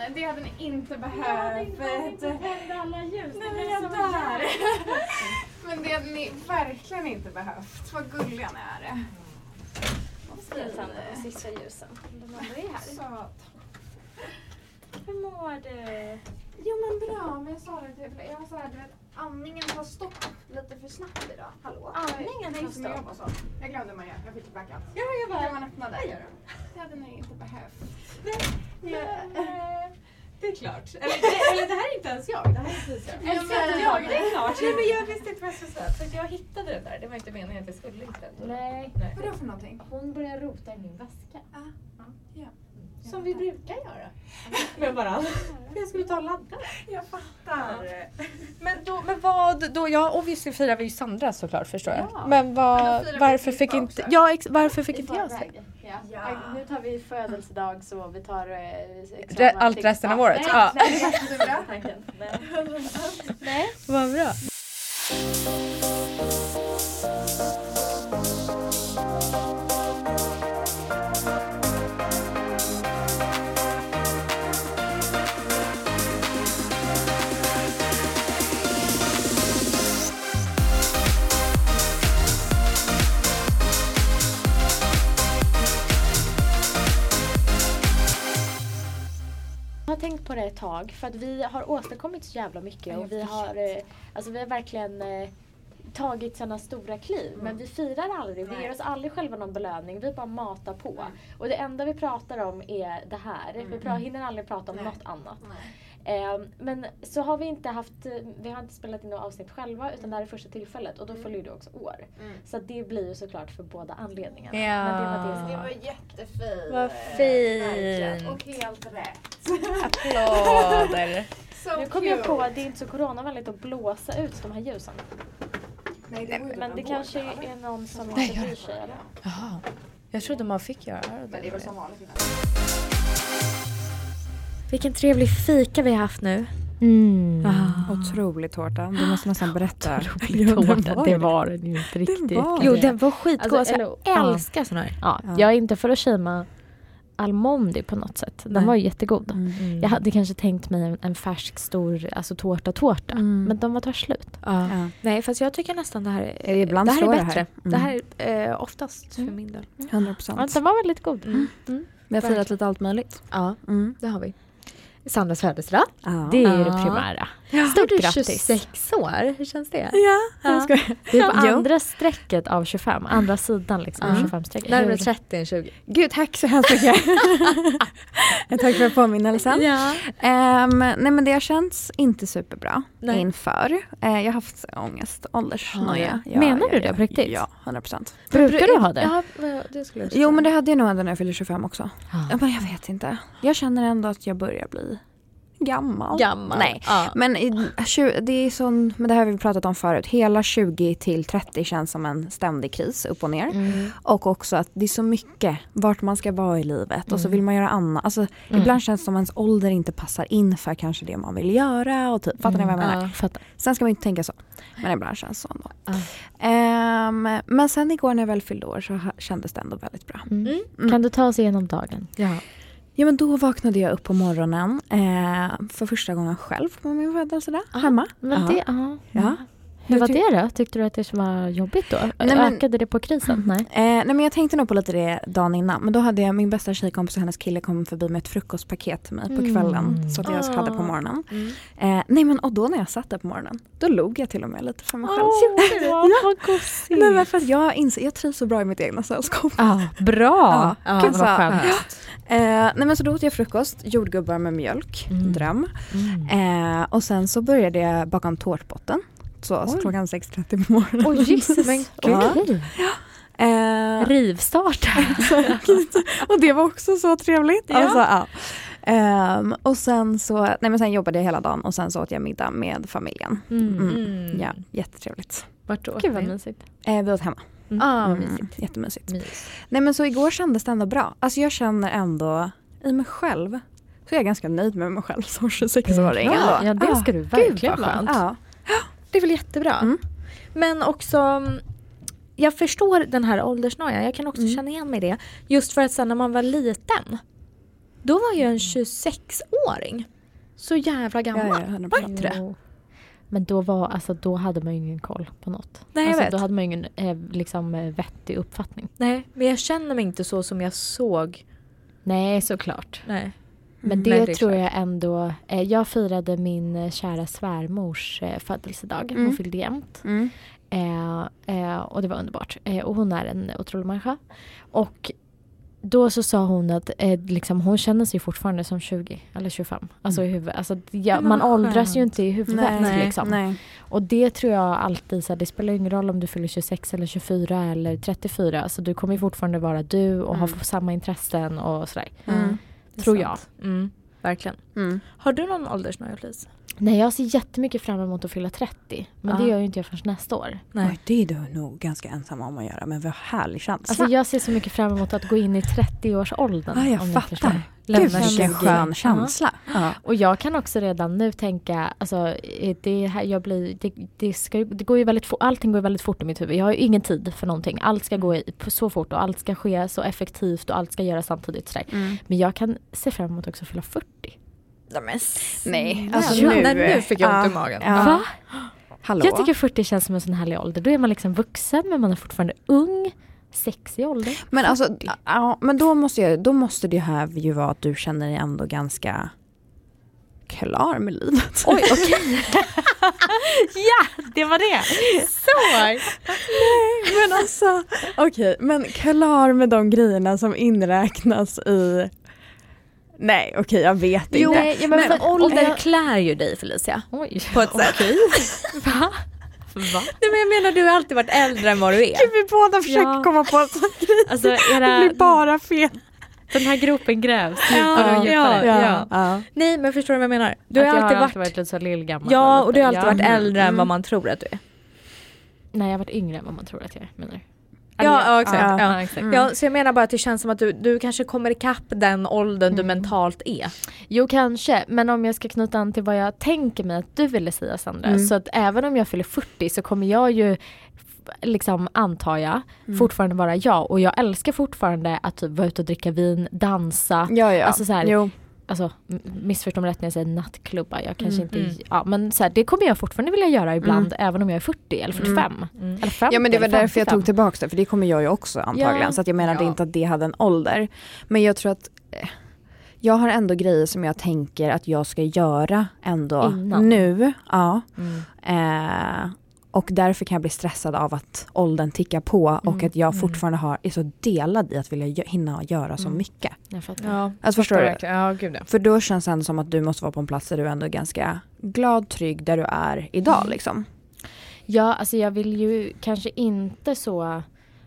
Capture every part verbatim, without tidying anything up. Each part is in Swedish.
nej, det hade ni inte behövt. Jag hade inte behövt alla ljus. Nej, men jag dör. Men det hade ni verkligen inte behövt. Vad gulliga ni är. Mm. Ska jag tända de sista ljusen? De andra är här. Så. Hur mår du? Jo men bra, men jag sa det till jag var så här, du vet, andningen tar stopp lite för snabbt idag. Hallå? Andningen tar stopp? Jag, så. jag glömde man göra, jag fick blackout. Ja, jag bara... Kan man öppna det? Gör det hade ni inte behövt. Nej, ja, äh, det är klart. Eller det, eller det här är inte ens jag. Det här är inte jag. Eller så jag, det är klart. Nej, men jag visste inte vad jag skulle säga. För jag hittade den där. Det var inte meningen att jag skulle hitta den. Nej. Nej. Vadå för någonting? Hon börjar rota i min väska. Ah. Ja. Ja. Som vi brukar göra. Med varandra. Jag skulle ta och ladda. Jag fattar. Ja. Men, då, men vad då? Ja, obviously firar vi ju Sandra såklart, förstår jag. Ja. Men, vad, men varför fick inte också. ja, ex, varför fick I inte jag förväg. säga? Ja. Ja. Nu tar vi födelsedag så vi tar eh, Re, allt resten av året. Nej, Ja. nej, Jättebra. nej, nej. nej. Vad bra. Jag har tänkt på det ett tag för att vi har åstadkommit så jävla mycket och vi har, eh, alltså vi har verkligen eh, tagit sådana stora kliv mm. men vi firar aldrig, vi ger oss aldrig själva någon belöning, vi bara matar på mm. och det enda vi pratar om är det här, mm. vi pra- hinner aldrig prata om Nej. något annat. Eh, men så har vi inte haft, vi har inte spelat in något avsnitt själva utan det här är första tillfället och då följer det också år. Mm. Så att det blir ju såklart för båda anledningarna. Ja. Men det var det som Det var jättefint. Vad fint. Och helt rätt. Applåder. So nu kommer jag på att det är inte så coronavänligt att blåsa ut de här ljusen. Nej, det men det kanske är någon som inte bryr sig eller? Jaha. Jag trodde man fick göra det. Men det är väl som vanligt. Vilken trevlig fika vi har haft nu. Mm. Ah. Otrolig tårta. Du måste nästan berätta. Otrolig tårta. Det var den ju inte riktigt. var Jo, den var skitgod. Alltså, alltså, jag älskar sån här. Ja, Ja. jag är inte för att shama Almondi på något sätt. Den Nej. var ju jättegod. Mm. Jag hade kanske tänkt mig en, en färsk stor alltså tårta-tårta. Mm. Men de var tar slut. Ja. Ja. Nej, fast jag tycker nästan det här är, Ibland det här är slår det bättre. här. Mm. Det här är eh, oftast Mm. för min del. hundra Ja, procent. den var väldigt god. Mm. Mm. Vi har firat lite allt möjligt. Ja, Mm. det har vi. Sandras födelsedag. Ja. Det är ju det Ja. primära. Ja. Stort Du är grattis. tjugosex år. Hur känns det? Ja, Ja. jag skojar. Det är på Jo. andra strecket av tjugofem. Andra sidan liksom av Mm. tjugofem-strecket. Närmare Hur- trettio än tjugo. Gud, tack så hemskt mycket. Tack för påminnelsen. Ja. Um, nej men det har känts inte superbra Nej. inför. Uh, jag har haft ångest, åldersnoja. Ja, Ja, Menar ja, du det ja, på riktigt? Ja, hundra procent. Brukar du ha det? Ja, det skulle jag Jo men det hade jag nog ändå när jag fyllde tjugofem också. Ah. Ja, men jag vet inte. Jag känner ändå att jag börjar bli gammal. Gammal. Nej. Ja. Men i- tjugo det är sån, men det här har vi pratat om förut. Hela tjugo till trettio känns som en ständig kris upp och ner. Mm. Och också att det är så mycket vart man ska vara i livet. Och så Mm. vill man göra annat. Alltså, Mm. ibland känns det som ens ålder inte passar in för kanske det man vill göra. Och typ, fattar ni vad jag menar? Ja. Fattar. Sen ska man inte tänka så. Men ibland känns det så ändå. Ja. Ehm, men sen igår när jag väl fyllde år så ha- kändes det ändå väldigt bra. Mm. Mm. Kan du ta oss igenom dagen? Ja. Ja men då vaknade jag upp på morgonen eh, för första gången själv på min födelsedag hemma. Men Ja. det, ja. Ja. Hur var Jag det då? Tyckte du att det var jobbigt då? Nej, men- Ökade det på krisen? Nej. Eh, nej men jag tänkte nog på lite det dagen innan. Men då hade jag min bästa tjejkompis och hennes kille kom förbi med ett frukostpaket till mig på Mm. kvällen. Så att jag Ah. hade på morgonen. Mm. Eh, nej men och då när jag satt där på morgonen, då log jag till och med lite för mig själv. Åh, vad gosigt. Nej men för att jag inser, jag trivs så bra i mitt egna sällskap. Ah, bra. Ja, Ja, så, vad skönt. eh, nej men så då åt jag frukost, jordgubbar med mjölk, Mm. dröm. Mm. Eh, och sen så började jag baka en tårtbotten. Så, så Oj. klockan sex trettio på morgonen. Oj, Jesus. Men Ja. Okej. Eh, Rivstart. och det var också så trevligt. Ja. Alltså, ja. Ehm, och sen så, nej men sen jobbade jag hela dagen och sen så åt jag middag med familjen. Mm. Mm. Mm. Ja, jättetrevligt. Vart då? Gud vad mysigt. Eh, vi åt hemma. Ah, vad Mm, mysigt. jättemysigt. Mys. Nej men så igår kändes det ändå bra. Alltså jag känner ändå i mig själv så är jag ganska nöjd med mig själv som tjugosex-åring ändå. Ja, det ska du verkligen vad skönt. vara. Ja. Det är väl jättebra. Mm. Men också, mm, jag förstår den här åldersnojan. Jag kan också Mm. känna igen mig i det. Just för att sen när man var liten då var ju en tjugosex-åring så jävla gammal. Ja, ja, hundra procent. Var inte det? Jo. Men då var alltså då hade man ju ingen koll på något. Nej, jag alltså, vet. Då hade man ju ingen eh, liksom eh, vettig uppfattning. Nej, men jag känner mig inte så som jag såg. Nej, såklart. Nej. Men det, Nej, det är tror klart. jag ändå... Eh, jag firade min eh, kära svärmors eh, födelsedag. Hon Mm. fyllde jämt. Mm. Eh, eh, och det var underbart. Eh, och hon är en otrolig människa. Och då så sa hon att eh, liksom, hon känner sig fortfarande som tjugo eller tjugofem. Alltså i huvudet. Alltså, ja, Men man vad åldras skönt. ju inte i huvudet. Nej, liksom. nej. Och det tror jag alltid, så här, det spelar ingen roll om du fyller tjugosex eller tjugofyra eller trettiofyra. Alltså, du kommer ju fortfarande vara du och Mm. ha samma intressen och sådär. Mm. Tror jag. Mm, verkligen. Mm. Har du någon åldersnöjd, Lise? Nej, jag ser jättemycket fram emot att fylla trettio. Men Ja. det gör ju inte jag förrän nästa år. Nej. Oj, det är du nog ganska ensam om att göra, men vad härlig känsla. Alltså jag ser så mycket fram emot att gå in i trettio-årsåldern. ah, jag om ni fattar. förstår. Gud, Lämna vilken tjugo. skön Ja. känsla. Ja. Och jag kan också redan nu tänka, alltså det här, jag blir, det, det, ska, det går ju väldigt fort, allting går ju väldigt fort i mitt huvud. Jag har ju ingen tid för någonting. Allt ska gå i, på så fort och allt ska ske så effektivt och allt ska göras samtidigt. Sådär. Mm. Men jag kan se fram emot också att fylla fyrtio. Nej, Alltså, alltså nu, nej, nu fick jag ont ja, i magen. Ja. Va? Hallå? Jag tycker fyrtio känns som en sån härlig ålder. Då är man liksom vuxen men man är fortfarande ung. Sexig ålder. Men alltså, ja, men då måste, jag, då måste det här ju vara att du känner dig ändå ganska klar med livet. Oj, okej. Ja, det var det. Så. Nej, men alltså, okej, men klar med de grejerna som inräknas i... Nej, okej, jag vet Jo, inte. nej, ja, men, Men men ålder jag- klär ju dig, Felicia. Oj. På ett sätt. Va? Va? Nej, men jag menar, du har alltid varit äldre än vad du är. Gud, vi båda försöker Ja. komma på en sån grej. Alltså, Det era, blir bara fel. den här gropen grävs. Ja, djupare och ja, djupare. ja. ja. Nej, men förstår du vad jag menar? Du har Att jag alltid har varit... alltid varit lite så lillgammal. Ja, lite- och du har alltid ja. varit äldre än Mm. vad man tror att du är. Nej, jag har varit yngre än vad man tror att jag är, menar du? Ja, Eller- ja, exakt. Ja, Ja. ja, exakt. Mm. Ja, så jag menar bara att det känns som att du, du kanske kommer ikapp den åldern du Mm. mentalt är. Jo, kanske. Men om jag ska knyta an till vad jag tänker mig att du ville säga, Sandra. Mm. Så att även om jag fyller fyrtio så kommer jag ju f- liksom, antar jag, Mm. fortfarande vara jag. Och jag älskar fortfarande att typ vara ute och dricka vin, dansa. Ja, ja. Alltså så här, jo. Alltså, m- missförstå mig rätt när jag säger nattklubba. Jag kanske Mm, inte... mm. Ja, men så här, det kommer jag fortfarande vilja göra ibland, även om jag är fyrtio eller fyrtiofem. Mm. Eller femtio, Ja, men det var eller därför jag femtiofem. tog tillbaka det, för det kommer jag ju också antagligen. Ja. Så att jag menade Ja. inte att det hade en ålder. Men jag tror att eh, jag har ändå grejer som jag tänker att jag ska göra ändå Innan. nu. Ja. Mm. Eh, och därför kan jag bli stressad av att åldern tickar på och Mm, att jag mm. fortfarande har, är så delad i att vilja gö- hinna göra så Mm. mycket. Jag fattar. Ja, Alltså, förstår du? verkligen. Ja, gud ja. För då känns det ändå som att du måste vara på en plats där du ändå är ganska glad, trygg där du är idag Mm. liksom. Ja, alltså jag vill ju kanske inte så...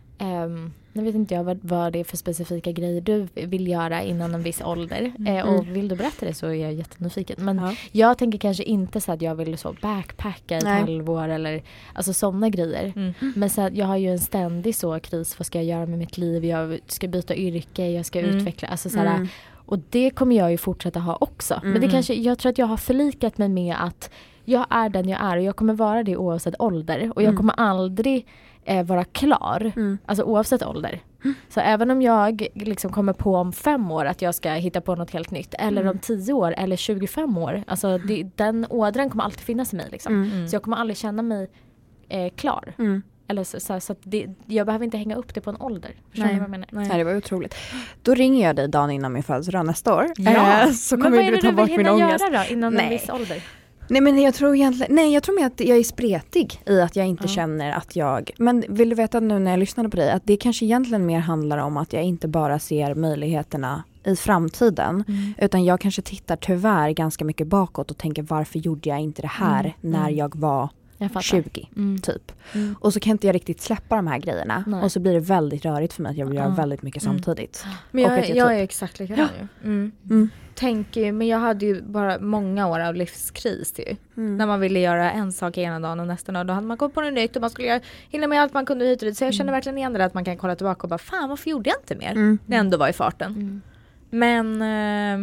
ehm, nu vet inte jag vad, vad det är för specifika grejer du vill göra innan en viss ålder. Eh, och vill du berätta det så är jag jättenyfiken. Men Ja. jag tänker kanske inte så att jag vill så backpacka ett Nej. halvår eller alltså sådana grejer. Mm. Men så att jag har ju en ständig så kris. Vad ska jag göra med mitt liv? Jag ska byta yrke, jag ska Mm. utveckla. Alltså så här, Mm. och det kommer jag ju fortsätta ha också. Men det Mm. kanske, jag tror att jag har förlikat mig med att jag är den jag är och jag kommer vara det oavsett ålder. Och jag Mm. kommer aldrig eh, vara klar. Mm. Alltså oavsett ålder. Så även om jag liksom kommer på om fem år att jag ska hitta på något helt nytt. Eller Mm. om tio år eller tjugofem år. Alltså det, den ådran kommer alltid finnas i mig. Liksom. Mm. Mm. Så jag kommer aldrig känna mig eh, klar. Mm. Eller så, så, så att det, jag behöver inte hänga upp det på en ålder. Förstår Nej. ni vad jag menar? Nej, det var otroligt. Då ringer jag dig dagen innan min födelsedag nästa år. Ja. Eh, så Men kommer vad är du det ta du bort vill min hinna ångest. göra då innan Nej. en viss ålder? Nej, men jag tror egentligen, nej, jag tror mer att jag är spretig i att jag inte Ja. känner att jag... Men vill du veta nu när jag lyssnade på dig att det kanske egentligen mer handlar om att jag inte bara ser möjligheterna i framtiden. Mm. Utan jag kanske tittar tyvärr ganska mycket bakåt och tänker varför gjorde jag inte det här Mm, när mm. jag var Jag fattar. tjugo Mm. typ. Mm. Och så kan inte jag riktigt släppa de här grejerna. Nej. Och så blir det väldigt rörigt för mig att jag vill göra Ja. väldigt mycket Mm. samtidigt. Men Och jag, att jag jag typ- är exakt likadan ju. Mm. Mm. Tänker ju, men jag hade ju bara många år av livskris ju. Mm. När man ville göra en sak ena dagen och nästa dag, då hade man gått på något nytt och man skulle göra, hinna med allt man kunde hit och dit. Så jag känner verkligen igen det där att man kan kolla tillbaka och bara, fan varför gjorde jag inte mer? Mm. Det ändå var i farten. Mm. Men eh,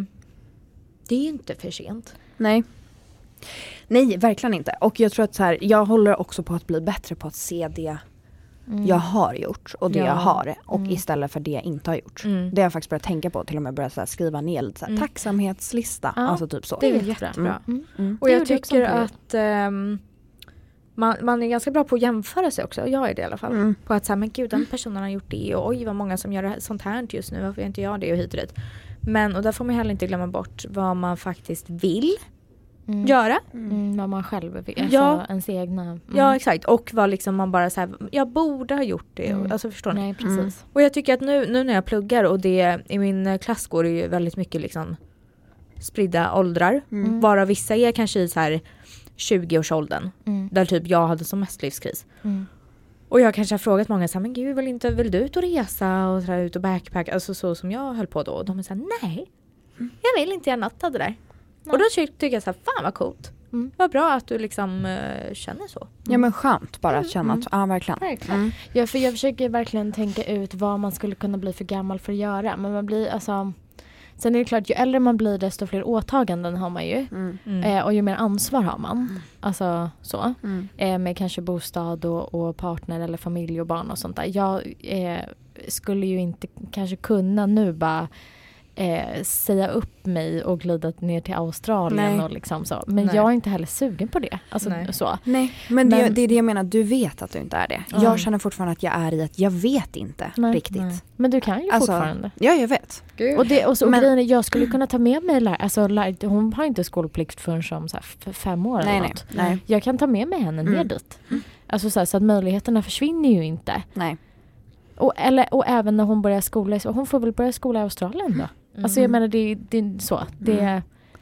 det är ju inte för sent. Nej. Nej, verkligen inte. Och jag tror att så här, jag håller också på att bli bättre på att se det mm. jag har gjort och det ja. jag har och mm. istället för det jag inte har gjort. Mm. Det har jag faktiskt börjat tänka på, till och med börjat så här, skriva ner lite så här, Mm. tacksamhetslista, Ja. alltså typ så. Det är jättebra. jättebra. Mm. Mm. Och Det jag gjorde jag också tycker på det. att ehm, man, man är ganska bra på att jämföra sig också. Jag är det i alla fall. Mm. På att säga, men gud, den personen har gjort det och oj vad många som gör det här, sånt här just nu. Varför gör inte jag det och hit och dit. Men, och där får man heller inte glömma bort vad man faktiskt vill Mm. göra. Mm, vad man själv vill. Alltså Ja. ens egna. Mm. Ja, exakt. Och vad liksom man bara så här, jag borde ha gjort det. Mm. Alltså förstår ni? Nej, precis. Och jag tycker att nu, nu när jag pluggar och det i min klass går det ju väldigt mycket liksom spridda åldrar. Mm. Bara vissa är kanske i så här tjugoårsåldern. Mm. Där typ jag hade som mest livskris. Mm. Och jag kanske har frågat många så här, men gud, vill, inte, vill du ut och resa och så här, ut och backpack? Alltså så som jag höll på då. Och de är så här, nej. Jag vill inte göra något av det där. Nej. Och då ty- tycker jag så här, fan vad coolt. Mm. Vad bra att du liksom eh, känner så. Ja men skönt bara att känna Mm. att, ja verkligen. Verkligen. Mm. Ja, för jag försöker verkligen tänka ut vad man skulle kunna bli för gammal för att göra. Men man blir alltså... Sen är det klart, ju äldre man blir desto fler åtaganden har man ju. Mm. Mm. Eh, och ju mer ansvar har man. Alltså så. Mm. Eh, med kanske bostad och, och partner eller familj och barn och sånt där. Jag eh, skulle ju inte kanske kunna nu bara eh, säga upp mig och glida ner till Australien Nej. och liksom så. Men Nej. jag är inte heller sugen på det. Alltså Nej. så. Nej, men, det, Men- det är det jag menar, du vet att du inte är det. Mm. Jag känner fortfarande att jag är i att jag vet inte Nej. riktigt. Nej. Men du kan ju Alltså, fortfarande. Ja, jag vet. Gud. Och, det, och, så, och Men- grejen är, jag skulle kunna ta med mig lär, alltså, lär, hon har inte skolplikt förrän som så här, f- fem år Nej, eller nej, något. nej, Jag kan ta med mig henne ner Mm. dit. Alltså så, här, så att möjligheterna försvinner ju inte. nej. Och, eller, och även när hon börjar skola, så hon får väl börja skola i Australien då. Mm. Alltså jag menar det, det är så. Det, Mm.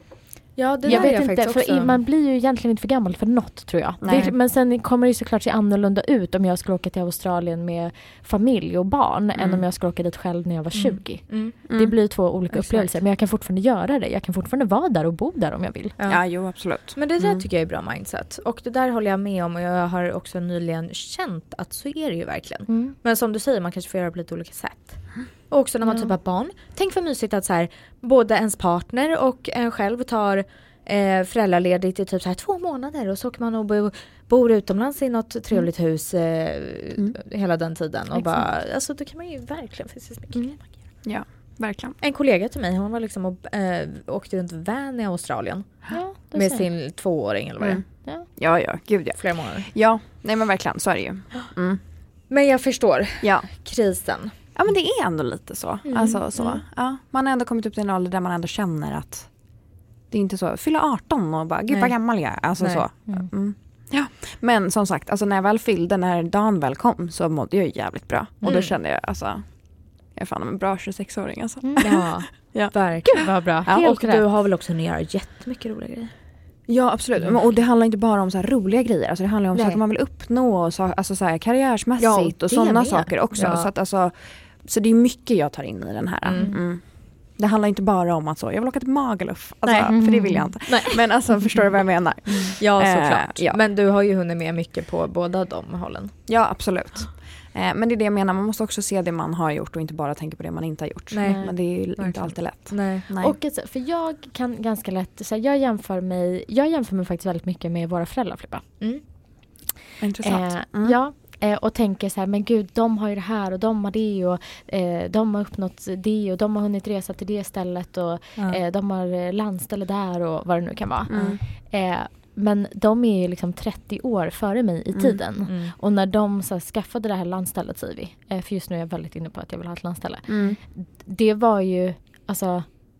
ja, det jag där är vet jag inte, faktiskt för också. i, man blir ju egentligen inte för gammal för något tror jag. Nej. Det, men sen kommer det ju såklart se annorlunda ut om jag skulle åka till Australien med familj och barn än om jag skulle åka dit själv när jag var tjugo. Mm. Det blir två olika Exakt. upplevelser men jag kan fortfarande göra det. Jag kan fortfarande vara där och bo där om jag vill. Ja. Ja, jo absolut. Men det där Mm. tycker jag är bra mindset. Och det där håller jag med om och jag har också nyligen känt att så är det ju verkligen. Mm. Men som du säger, man kanske får göra på lite olika sätt. Och också när man Ja. typ har barn. Tänk vad mysigt att så här, både ens partner och en själv tar eh, föräldraledigt i typ så här två månader. Och så åker man och bo, bor utomlands i något trevligt hus eh, Mm. hela den tiden. Och Exakt. bara, alltså då kan man ju verkligen, finns det så mycket Mm. grejer man kan göra. Ja, verkligen. En kollega till mig, hon var liksom och eh, åkte runt van i Australien. Ja, det Med ser sin tvååring eller vad det är. Mm. Ja. Ja, ja, gud ja. Flera månader. Ja, nej men verkligen, så är det ju. Mm. Men jag förstår Ja. krisen. Ja men det är ändå lite så. Mm. Alltså, så. Mm. Ja, man har ändå kommit upp till en ålder där man ändå känner att det är inte så, fylla arton och bara, gud Nej. vad gammal jag är. Alltså Nej. så. Mm. Mm. Ja. Men som sagt, alltså när jag väl fyllde, när dagen väl kom så mådde jag jävligt bra. Och då Mm. kände jag, alltså, jag är fan en bra tjugosex-åring alltså. Mm. Ja, Ja. verkligen. Vad bra. Ja, Helt Och rätt. du har väl också hunnit göra jättemycket roliga grejer. Ja absolut, Mm. Men, och det handlar inte bara om så här roliga grejer, alltså det handlar om Nej. saker man vill uppnå, och så, alltså så här, karriärsmässigt Ja, och det sådana med. saker också. Ja. Så, att, alltså, så det är mycket jag tar in i den här. Mm. Mm. Det handlar inte bara om att så, jag vill åka till Magaluf, alltså, Nej. för det vill jag inte. Nej. Men alltså förstår du vad jag menar? Ja, Eh, såklart. ja. Men du har ju hunnit med mycket på båda de hållen. Ja absolut. Eh, men det är det jag menar, man måste också se det man har gjort och inte bara tänka på det man inte har gjort. Nej. Men det är ju inte Verkligen. alltid lätt. Nej. Nej. Och alltså, för jag kan ganska lätt, så här, jag jämför mig, jag jämför mig faktiskt väldigt mycket med våra föräldrar, Filippa. Mm. Intressant. Eh, Mm. Ja, eh, och tänker så här, men gud, de har ju det här och de har det och eh, de har uppnått det och de har hunnit resa till det stället och Ja. eh, de har eh, landställe där och vad det nu kan vara. Mm. Eh, men de är ju liksom trettio år före mig i Mm. tiden. Mm. Och när de så här, skaffade det här landstället, säger vi, eh, för just nu är jag väldigt inne på att jag vill ha ett landställe. Mm. Det var ju, alltså,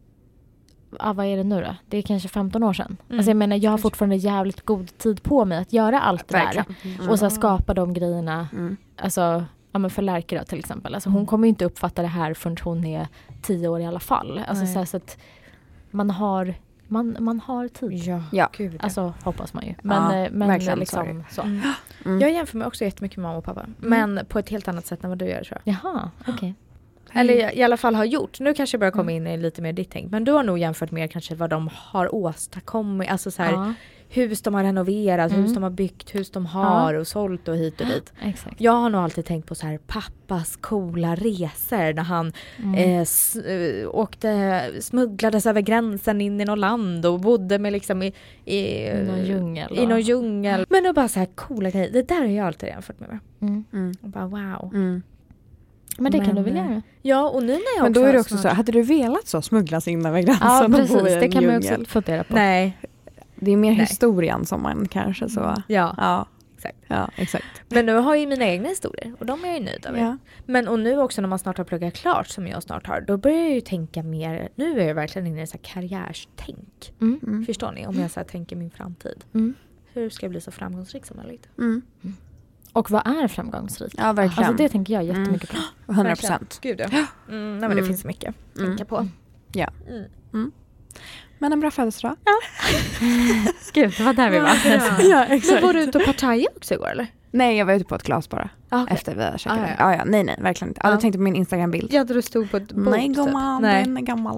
ah, vad är det nu då? Det är kanske femton år sedan. Mm. Alltså jag menar, jag har fortfarande jävligt god tid på mig att göra allt det där. Verkligen. Mm. Och så här, skapa de grejerna. Mm. Alltså, ja men för Lärke då, till exempel. Alltså hon kommer ju inte uppfatta det här förrän hon är tio år i alla fall. Alltså Nej. så, här, så att man har, man, man har tid. Ja, Ja. gud. Ja. Alltså hoppas man ju. Men, Ja, eh, men verkligen, liksom så. Mm. Mm. Jag jämför mig också jättemycket med mamma och pappa. Men på ett helt annat sätt än vad du gör, tror jag. Jaha, okej. Eller i alla fall har gjort. Nu kanske jag börjar komma in i lite mer ditt tänk. Men du har nog jämfört med kanske vad de har åstadkommit. Alltså så här, Ja. hus de har renoverat, Mm. hus de har byggt, hus de har och sålt och hit och dit. Exakt. Jag har nog alltid tänkt på så här pappas coola resor när han Mm. eh, s- eh, åkte, smugglades över gränsen in i något land och bodde med liksom i, i, I någon djungel. i någon djungel. Men då bara så här coola grejer. Det där har jag alltid jämfört med. Mm. Mm. Och bara wow. Mm. Men det kan Men, du väl eh, göra? Ja, och nu när jag Men då också är det har också snart- så, hade du velat så smugglas in över gränsen Ja, och bo precis. i en Det kan man ju djungel? också fundera på. Nej, Det är mer Nej. historien som man kanske så... ja. Ja, Exakt. ja exakt. Men nu har jag ju mina egna historier och de är jag ju nöjd över. Ja. Men och nu också när man snart har pluggat klart som jag snart har, då börjar jag ju tänka mer, nu är jag verkligen inne i så här karriärstänk. Mm. Mm. Förstår ni? Om jag så här tänker min framtid. Mm. Hur ska jag bli så framgångsrik som möjligt? Mm. Och vad är framgångsrik? Ja, verkligen. Alltså det tänker jag jättemycket på. hundra procent. Gud ja. Mm, nej men det Mm. finns mycket att Mm. tänka på. Ja. Mm. Men en bra födelsedag. Gud, det var där vi var. Ja, Men var du ute och partajade också igår eller? Nej, jag var ute på ett glas bara. Ah, okay. Efter vi hade käkat. Ah, Ah, ja. ja. Ja, ja, nej, nej, verkligen inte. Ja, Ja. jag tänkte på min Instagram-bild. Ja, där du stod på ett bord. Nej, gumman, Nej. den är gammal.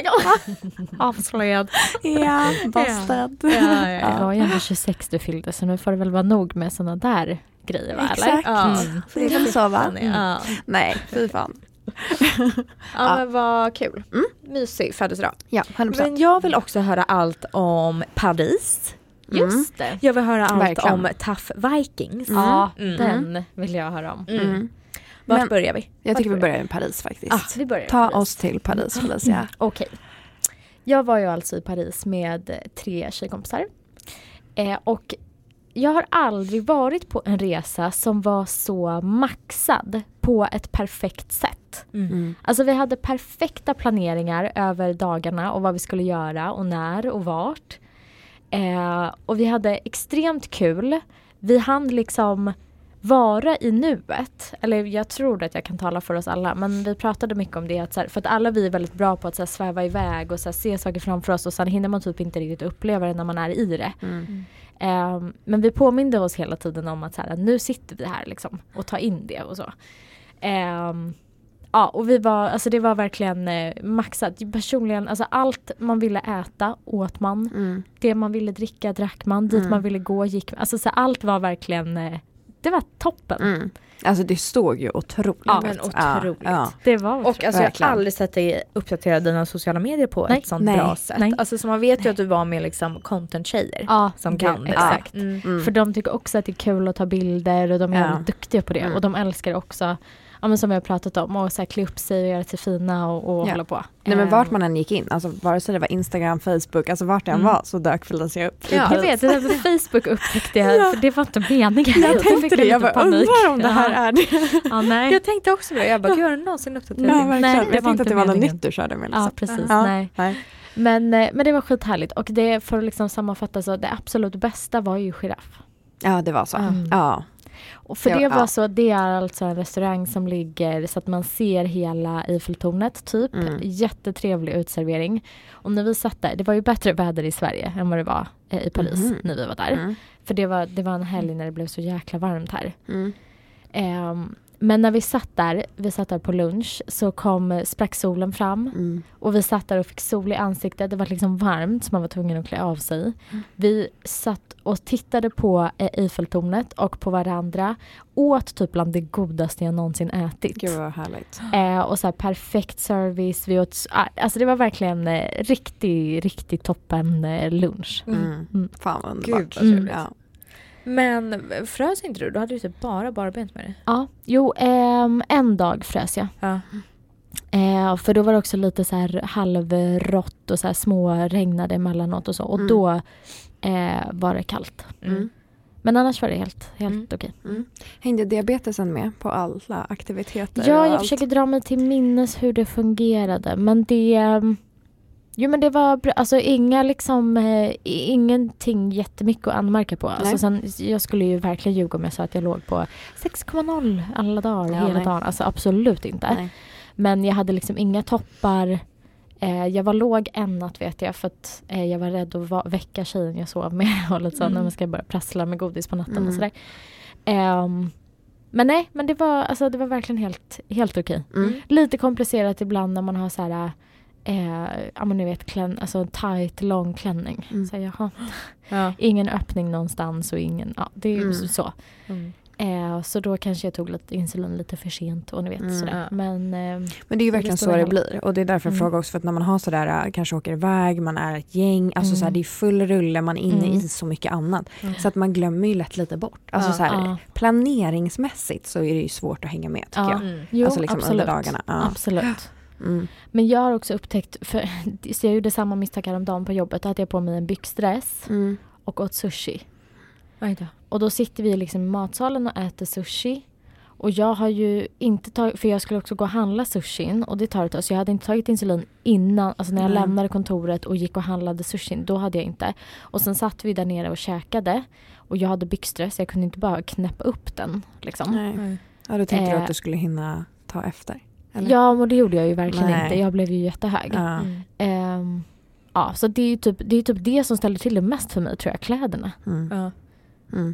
Avslöjad. Ja, busted. Ja, ja, ja. Det var ju ändå tjugosex du fyllde, så nu får det väl vara nog med såna där grejer, va? Eller? Exakt. Ja. Mm. För det är väl så, va? Ja. Nej, fy fan. Ja, men vad kul. Mm. Mysig födelsedag. Ja, hundra procent. Men jag vill också höra allt om Paris. Just det. Jag vill höra allt Verkligen. om Tough Vikings. Ja, Mm. den vill jag höra om. Mm. Mm. Vart Men börjar vi? Jag tycker Vart vi börjar i Paris faktiskt. Ah, vi börjar i Ta Paris. oss till Paris, Felicia. Okej. Jag var ju alltså i Paris med tre tjejkompisar. Eh, och jag har aldrig varit på en resa som var så maxad på ett perfekt sätt. Mm. Mm. Alltså vi hade perfekta planeringar över dagarna och vad vi skulle göra och när och vart. Eh, och vi hade extremt kul. Vi hann liksom vara i nuet. Eller jag tror att jag kan tala för oss alla. Men vi pratade mycket om det. Att så här, för att alla vi är väldigt bra på att så här, sväva iväg och så här, se saker framför oss. Och sen hinner man typ inte riktigt uppleva det när man är i det. Mm. Eh, men vi påminde oss hela tiden om att så här, nu sitter vi här liksom, och tar in det och så. Eh, ja, och vi var, alltså det var verkligen eh, maxat. Personligen, alltså allt man ville äta åt man. Mm. Det man ville dricka drack man. Dit Mm. man ville gå gick man. Alltså så här, allt var verkligen, eh, det var toppen. Mm. Alltså det stod ju otroligt. Ja, men otroligt. Ja, Det var Och alltså, jag har Verkligen. aldrig sett dig uppdatera dina sociala medier på Nej. ett sånt Nej. bra sätt. Nej. Alltså, så man vet ju att du var med liksom content-tjejer ja, som det- kan det. exakt. Mm. Mm. För de tycker också att det är kul att ta bilder och de är Ja. väldigt duktiga på det. Mm. Och de älskar också, ja, men som jag har pratat om, att så här, klä upp sig och göra sig fina och, och Ja. hålla på. Nej, men Eh, vart man än gick in, alltså vare sig det var Instagram, Facebook, alltså vart det än Mm. var så dök Felicia upp. i Ja. Jag Paris. vet, det där med Facebook upptäckte jag, Ja. för det var inte meningen. Jag fick tänkte det, lite jag bara panik. undrar om det här Ja. är det. Ja, nej. Jag tänkte också det. Jag bara, gud, har du någonsin uppdaterat Ja, din? verkligen. Nej, Men det jag var tänkte att inte det var något meningen. nytt du körde med. Ja, Liksom. precis. Ja. Nej. Nej. Men, eh, men det var skithärligt. Och det, för att liksom sammanfatta så, det absolut bästa var ju giraff. Ja, det var så. Mm. Ja. Och för Ja, det var ja. så, det är alltså en restaurang som ligger så att man ser hela Eiffeltornet typ. Mm. Jättetrevlig utservering. Och när vi satt där, det var ju bättre väder i Sverige än vad det var eh, i Paris Mhm. när vi var där. Mm. För det var, det var en helg när det blev så jäkla varmt här. Mm. Ehm, men när vi satt där, vi satt där på lunch, så kom sprack solen fram. Mm. Och vi satt där och fick sol i ansiktet. Det var liksom varmt så man var tvungen att klä av sig. Mm. Vi satt och tittade på eh, Eiffeltornet och på varandra. Åt typ bland det godaste jag någonsin ätit. Gud vad härligt. Eh, och så här perfekt service. Vi åt, ah, alltså det var verkligen eh, riktigt, riktigt toppen eh, lunch. Mm. Mm. Fan vad underbart. Gud, vad trevligt. Ja. Men frös inte du? Du hade ju typ bara barbent med dig. Ja, jo, ehm, en dag frös jag. Ja. Eh, för då var det också lite så här halvrått och så här små regnade emellanåt och så. Och Mm. då eh, var det kallt. Mm. Men annars var det helt, helt Mm. okej. Mm. Hängde diabetesen med på alla aktiviteter? Ja, och jag allt? försöker dra mig till minnes hur det fungerade. Men det... Jo, men det var bra. Alltså inga liksom... Eh, ingenting jättemycket att anmärka på. Alltså, sen, jag skulle ju verkligen ljuga om jag sa att jag låg på sex komma noll alla dagar, Ja, hela nej. dagen. Alltså absolut inte. Nej. Men jag hade liksom inga toppar. Eh, jag var låg en natt vet jag. För att eh, jag var rädd att va- väcka tjejen jag sov med. Och lite så, Mm. när man ska börja prassla med godis på natten Mm. och sådär. Ehm, Men nej, men det var, alltså, det var verkligen helt, helt okej. Mm. Lite komplicerat ibland när man har så här, eh, ja men ni vet, klän, alltså tight, lång klänning. Mm. Så jaha, Ja. ingen öppning någonstans och ingen, ja det är ju Mm. så. Mm. Eh, så då kanske jag tog lite insulin lite för sent och ni vet Mm. sådär. Ja. Men, eh, Men det är ju Det verkligen står så i det hela- blir. Och det är därför jag Mm. frågar också. För att när man har sådär, kanske åker iväg, man är ett gäng. Alltså Mm. såhär, det är full rulle, man är inne Mm. i så mycket annat. Mm. Så att man glömmer ju lätt lite bort. Alltså Ja. såhär, ja. planeringsmässigt så är det ju svårt att hänga med tycker Ja. jag. Mm. Jo, Alltså liksom absolut. under dagarna. Ja. Absolut. Mm. Men jag har också upptäckt, för så jag gjorde samma misstag häromdagen på jobbet, att jag på mig en byxdress Mm. och åt sushi. Oj då. Och då sitter vi liksom i matsalen och äter sushi. Och jag har ju inte tagit, för jag skulle också gå och handla sushin och det tar ett tag. Så jag hade inte tagit insulin innan, alltså när jag Nej. lämnade kontoret och gick och handlade sushin, då hade jag inte. Och sen satt vi där nere och käkade och jag hade byxdress, jag kunde inte bara knäppa upp den liksom. Nej. Nej. Ja, då tänkte du Eh. att du skulle hinna ta efter? Eller? Ja, men det gjorde jag ju verkligen Nej. inte. Jag blev ju jättehög. Ja. Mm. Ehm, ja, så det är ju typ det, är typ det som ställer till det mest för mig, tror jag, kläderna. Mm. Ja. Mm.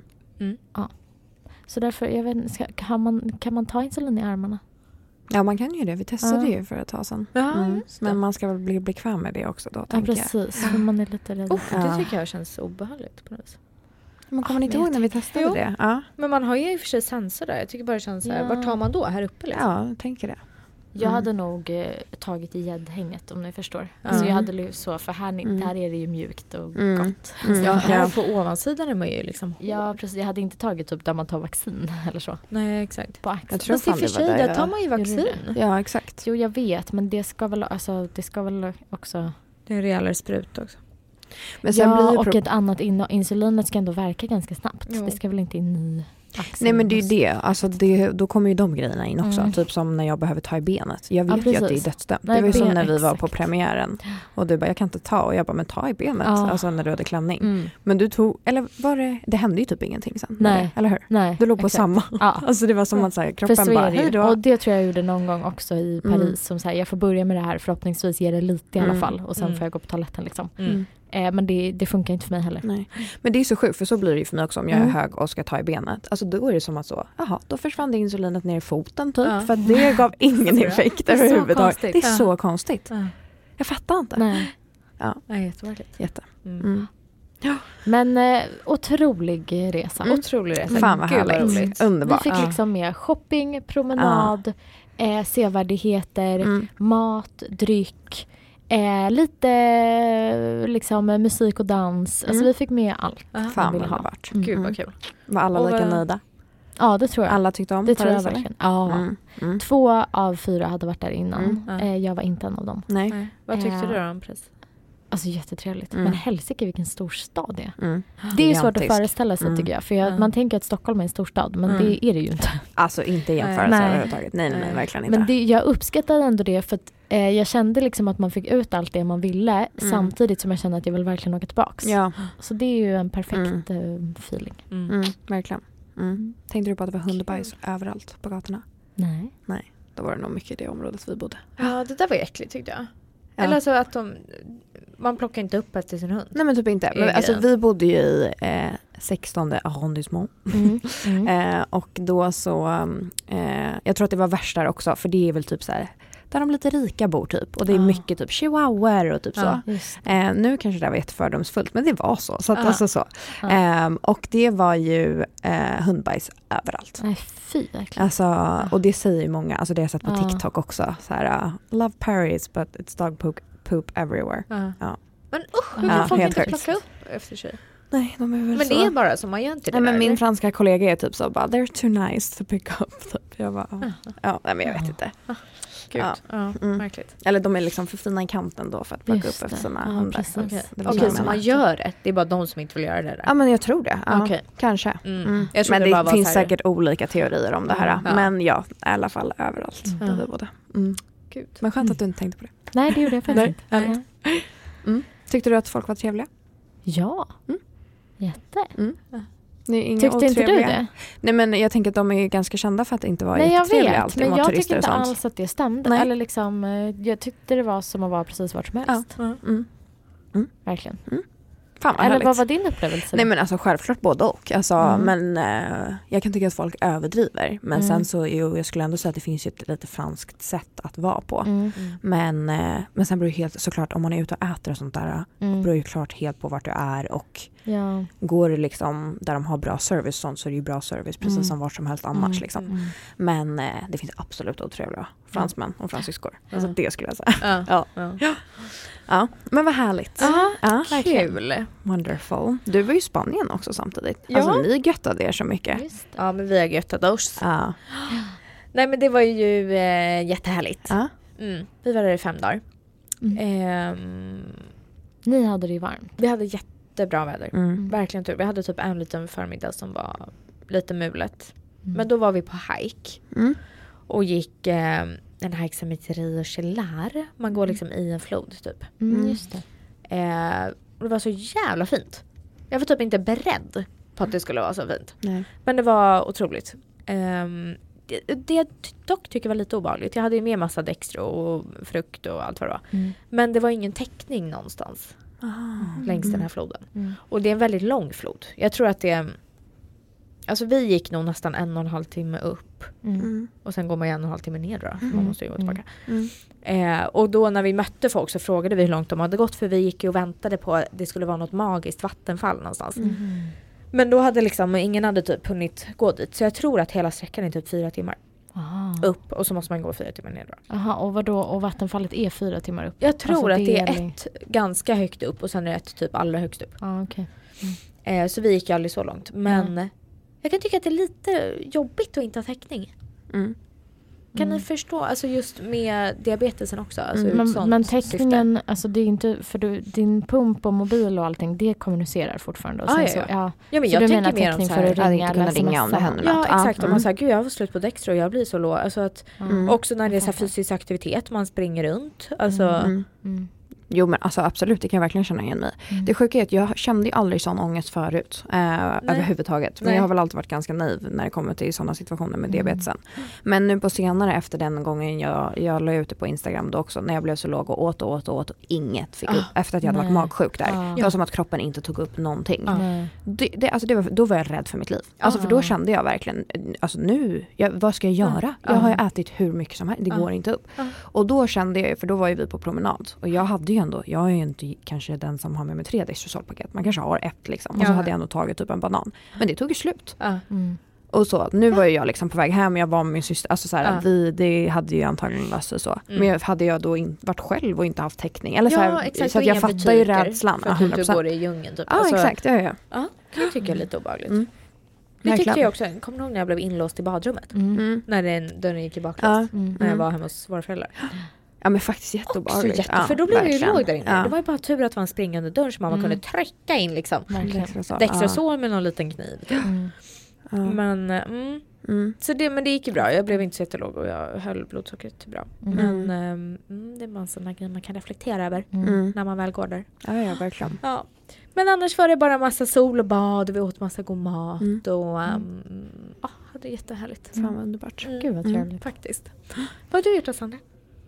Så därför, jag vet inte, ska, kan, man, kan man ta insulin i armarna? Ja, man kan ju det. Vi testade Ja. ju för ett tag sedan. Ja, Mm. just det. Men man ska väl bli bekväm med det också då, Ja, tänker jag. precis. För man är lite rädd. Oh, Ja. det tycker jag känns obehagligt på något vis. Men kommer ni inte men ihåg jag när vi testade Jo. det? Ja, Men man har ju i och för sig sensor där. Jag tycker bara det känns så här, Ja. vart tar man då? Här uppe liksom? ja jag tänker det. Jag Mm. hade nog eh, tagit i gäddhänget om ni förstår. Mm. Alltså jag hade lu- så, för här, Mm. här är det ju mjukt och Mm. gott. Mm. Ja, här Ja. på ovansidan är man ju liksom... Ja, precis. Jag hade inte tagit typ där man tar vaccin eller så. Nej, exakt. På axeln. Jag tror Fast i och fan för det var sig, där där tar jag- man ju Gjorde vaccin. du Ja, exakt. Jo, jag vet. Men det ska väl, alltså, det ska väl också... Det är en rejälare sprut också. Men sen ja, blir ju och pro- ett annat in- insulinet ska ändå verka ganska snabbt. Jo. Det ska väl inte in i axeln. Nej, men det är ju det. Alltså det. Då kommer ju de grejerna in också. Mm. Typ som när jag behöver ta i benet. Jag Ja, vet ju att det är precis. dödsdömt. Nej, Det var ju som ben- när vi var på exakt. premiären. Och du bara, jag kan inte ta. Och jag bara, men ta i benet. Ja. Alltså när du hade klänning. Mm. Men du tog, eller var det, det hände ju typ ingenting sen. med Nej. det, eller hur? Nej, Du låg på exakt. samma. Ja. Alltså det var som att så här, För kroppen så bara, är det hej ju. då. Och det tror jag gjorde någon gång också i Paris. Mm. Som så här, jag får börja med det här, förhoppningsvis ge det lite i alla Mm. fall. Och sen Mm. får jag gå på toaletten liksom. Mm. Eh, men det, det funkar inte för mig heller. Nej. Men det är så sjukt, för så blir det ju för mig också om jag är Mm. hög och ska ta i benet. Alltså då är det som att så, jaha, då försvann det insulinet ner i foten typ. Ja. För att det gav ingen effekt Det är så överhuvudtaget. konstigt. Det är Ja. så konstigt. Ja. Jag fattar inte. Nej. Nej, jättemärkligt. Jätte. Mm. Mm. Men eh, otrolig resa. Mm. Otrolig resa. Fan vad Gud, härligt. roligt. Underbart. Vi fick Ja. liksom med shopping, promenad, eh, sevärdheter, Mm. mat, dryck. Eh, lite eh, liksom musik och dans. Alltså Mm. vi fick med allt. Ja. Fan vill vad ha. underbart. Mm. Gud Mm. vad kul. Var alla Och lika vad- nöjda? Ja, det tror jag. Alla tyckte om det tror jag Paris, eller? verkligen. Ja. Mm. Mm. Två av fyra hade varit där innan. Mm. Ja. Eh, jag var inte en av dem. Nej. Nej. Vad tyckte Eh, du då om pris? Alltså jättetrevligt. Mm. Men helsike vilken stor stad det är. Mm. Det är ju svårt att Gigantisk. föreställa sig Mm. tycker jag. För jag, Ja. man tänker att Stockholm är en stor stad. Men Mm. det är det ju inte. Alltså inte i jämförelse Nej. överhuvudtaget. Nej, nej, nej, Nej. verkligen inte. Men det, jag uppskattade ändå det för att eh, jag kände liksom att man fick ut allt det man ville. Mm. Samtidigt som jag kände att jag vill verkligen åka tillbaks. Ja, Så det är ju en perfekt eh, feeling. Mm. mm, verkligen. Mm. Tänkte du på att det var hundbajs överallt på gatorna? Nej. Då var det nog mycket i det området vi bodde. Ja, det där var äckligt tyckte jag. Ja. Eller så att de... Man plockar inte upp efter sin hund. Nej men typ inte. Men, Egen. alltså, vi bodde ju i eh, sextonde arrondissement. Mm. Mm. Eh, och då så, eh, jag tror att det var värst där också. För det är väl typ så här, där de lite rika bor typ. Och det är Ja. mycket typ chihuahuor och typ Ja. så. Just. Eh, nu kanske det var jättefördomsfullt, men det var så. Så, att, Ja. alltså, så. Ja. Ehm, och det var ju eh, hundbajs överallt. Nej fy verkligen. Alltså, och det säger ju många, alltså det har jag sett på Ja. TikTok också. Så här, uh, love Paris but it's dog poop, poop everywhere. Ja. Ja. Men usch, hur Ja, kan folk helt inte sjukt. plocka upp efter sig? Nej, de är väl Men så. det är bara så, man gör inte det Nej, men där, min eller? franska kollega är typ så bara, they're too nice to pick up. Typ. Jag bara, ja, ja nej, men jag vet Ja. inte. Gud. Ja. Ja, Mm. märkligt. Eller de är liksom för fina i kanten då för att plocka Just upp efter det. sina Ja, hundar. precis. Okej, Det var Okej, så jag så menar. man gör det. Det är bara de som inte vill göra det där. Ja men jag tror det. Ja, Okej. kanske. Mm. Mm. Jag trodde Men det, det bara var finns så här- säkert olika teorier om det här. Ja. Men ja, i alla fall överallt Mm. där vi bodde. Mm. Gud. Men skönt att du inte tänkte på det. Nej det gjorde jag faktiskt inte. Nej. Nej. Tyckte du att folk var trevliga? Ja. Mm. Jätte. Det är inga Tyckte inte du otrevliga. det? Nej men jag tänker att de är ganska kända för att inte vara Nej jag jättetrevliga vet, alltid men mot jag turister tycker och inte sånt. alls att det stämde. Nej. Eller liksom, eh, jag tyckte det var som att vara precis vart som helst. Mm. Verkligen. Fan vad Eller härligt. vad var din upplevelse? Nej men alltså självklart både och. Alltså, Mm. Men eh, jag kan tycka att folk överdriver. Men Mm. sen så, jo, jag skulle ändå säga att det finns ju ett lite franskt sätt att vara på. Mm. Men, eh, men sen beror det helt, såklart om man är ute och äter och sånt där, Mm. beror ju klart helt på vart du är. Och Ja. går det liksom där de har bra service sånt, så är det ju bra service precis Mm. som vart som helst annars. Mm. Liksom. Mm. Men eh, det finns absolut otrevliga fransmän och fransyskor. Alltså det skulle jag säga. Ja. Ja. Ja. Ja, men vad härligt. Ja, Ja, kul. wonderful. Du var ju i Spanien också samtidigt. Ja. Alltså ni göttade er så mycket. Just det. Ja, men vi har göttat oss. Ja. Nej, men det var ju eh, jättehärligt. Ja. Mm. Vi var där i fem dagar. Mm. Ehm, Ni hade det ju varmt. vi hade jättebra väder. Mm. Verkligen tur. Vi hade typ en liten förmiddag som var lite mulet. Mm. Men då var vi på hike. Mm. Och gick eh, en hike som heter Rio Chelar. Man går liksom i en flod typ. Mm, Mm. just det. Eh, och det var så jävla fint. Jag var typ inte beredd på att det skulle vara så fint. Nej. Men det var otroligt. Um, det, det jag dock tycker var lite obehagligt. Jag hade ju med massa Dextro och frukt och allt vad det var. Mm. Men det var ingen täckning någonstans Ah. längs den här floden. Mm. Och det är en väldigt lång flod. Jag tror att det är... Alltså vi gick nog nästan en och en halv timme upp. Mm. Mm. Och sen går man ju en och en halv timme ner då. Mm. Man måste ju gå tillbaka. Mm. Eh, och då när vi mötte folk så frågade vi hur långt de hade gått. För vi gick ju och väntade på att det skulle vara något magiskt vattenfall någonstans. Mm. Men då hade liksom, ingen hade typ hunnit gå dit. Så jag tror att hela sträckan är typ fyra timmar Aha. upp. Och så måste man gå fyra timmar ner då. Aha, och vadå? Och vattenfallet är fyra timmar upp? Jag tror Alltså, att det är det är- ett ganska högt upp och sen är det ett typ allra högst upp. Ja, okej. Eh, så vi gick ju aldrig så långt. Men jag kan tycka att det är lite jobbigt att inte ha täckning. Mm. Kan Mm. ni förstå? Alltså just med diabetesen också. Alltså Mm. ur Men, sånt men syfte. täckningen, alltså det är inte, för du, din pump och mobil och allting, det kommunicerar fortfarande. Och Ah, sen ja, så, ja. ja. Ja, men Så jag du tänker menar mer om täckning så för här, att att ringa inte kunna eller ringa om det smsa? händer Ja, något. exakt. Om Mm. man säger, gud jag har slut på Dextro och jag blir så låg. Alltså att, Mm. också när det är så här Jag fattar. fysisk aktivitet, man springer runt. Alltså, Mm. Mm. Jo men alltså absolut, det kan jag verkligen känna igen mig. Mm. Det sjuka är att jag kände ju aldrig sån ångest förut eh, överhuvudtaget. Men Nej. jag har väl alltid varit ganska naiv när det kommer till sådana situationer med Mm. diabetesen. Men nu på senare efter den gången jag, jag la ut det på Instagram då också, när jag blev så låg och åt och åt och åt och inget fick Ah, upp. Efter att jag hade nej. varit magsjuk där. Ah. Det var som att kroppen inte tog upp någonting. Ja. Nej. Det, det, alltså det var, då var jag rädd för mitt liv. Alltså för då Ah. kände jag verkligen, alltså nu, jag, vad ska jag göra? Jag Ah. har ju ätit hur mycket som helst, det Ah. går inte upp. Ah. Och då kände jag, för då var ju vi på promenad. Och jag hade ju ändå, jag är ju inte kanske den som har med mig tre Dextrosolpaket. Man kanske har ett liksom. Och så Ja. hade jag ändå tagit typ en banan. Men det tog ju slut. ja. Mm. Och så, nu var ju jag liksom på väg hem, jag var med min syster, alltså så här, Ja. vi, det hade ju antagligen löst sig så. Mm. Men jag, hade jag då in, varit själv och inte haft täckning? Eller så, Ja, här, exakt. så att Och jag inga fattar ju butiker, rädslan. För Ja, att du hundra inte procent. går i djungeln typ. Ja, Alltså, exakt, det gör jag. Ja, det tycker jag är lite obehagligt. Mm. Det tyckte Verkligen. jag också. Kommer du ihåg när jag blev inlåst i badrummet? Mm. Mm. När den, dörren gick i baklås. Ja. Mm. När jag Mm. var hemma hos våra föräldrar. Ja men faktiskt Också jätteobehagligt. jätte, Ja, för då blev jag ju verkligen. låg där inne. Ja. Det var ju bara tur att det var en springande dörr som man Mm. kunde trycka in liksom. Verkligen. Dextrosol. Dextrosol med någon liten kniv. Typ. Mm. Ja. Men, eh, mm, Mm. så det, men det gick ju bra. Jag blev inte så jättelåg och jag höll blodsockret bra. Mm. Men ehm, mm, det är bara en sån där grej man kan reflektera över Mm. Mm. när man väl går där. Ja, ja, verkligen. Ja. Men annars var det bara massa sol och bad och vi åt massa god mat Mm. och um, ja, hade det jättehärligt. Fan vad underbart. Mm. Gud vad Mm. trevligt. Faktiskt. Vad har du gjort då, Sandra?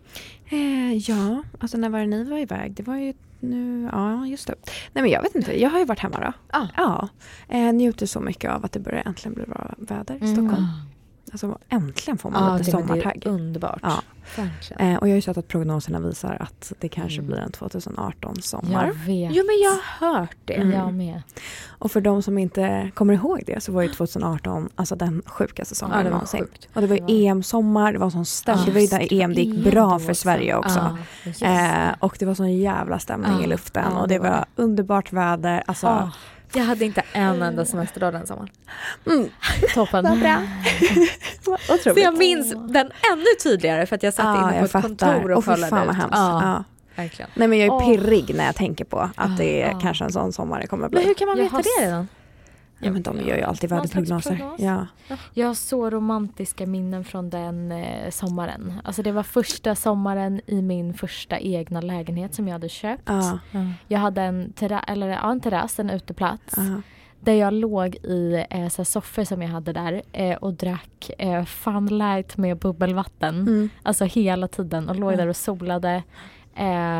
Eh, ja, alltså när var det ni var iväg? Det var ju nu, ja just det. Nej men jag vet inte, jag har ju varit hemma då. Ah. Ja, eh, njuter så mycket av att det börjar äntligen bli bra väder i Mm. Stockholm. Alltså äntligen får man Ja, lite det, men det sommartagg. är underbart. Ja. Verkligen. Eh, och jag har ju sett att prognoserna visar att det kanske Mm. blir en tjugoarton sommar. Jag vet. Jo, men jag har hört det. Mm. Jag med. Och för de som inte kommer ihåg det så var ju tjugoarton alltså den sjukaste sommaren Ja, det var någonsin. sjukt. Och det var ju Det var- E M-sommar, det var sån stämning. Ja, det var ju just där det. E M det gick E M bra då för också. Sverige också. Ja. Just Eh, och det var sån jävla stämning Ja. i luften. Ja, och det det var var underbart väder. Alltså, Ah, jag hade inte en enda semesterdag den sommaren. mm, Toppen. vad bra. Vad Så otroligt. jag minns den ännu tydligare för att jag satt Ja, inne på jag ett fattar. kontor och Och fy kollade fan vad ut. hemskt. Ja, Ja. verkligen. Nej men jag är Åh. pirrig när jag tänker på att det är Ja. kanske en sån sommar det kommer bli. Men hur kan man Jag veta har det redan? Ja men de gör ju alltid Någon slags väderprognoser. prognos. Ja. Jag har så romantiska minnen från den eh, sommaren. Alltså det var första sommaren i min första egna lägenhet som jag hade köpt. Ja. Jag hade en, terra- eller, ja, en terrass, en uteplats. Ja. Där jag låg i eh, så här soffor som jag hade där eh, och drack eh, Fun Light med bubbelvatten. Mm. Alltså hela tiden och låg Ja. där och solade. Eh,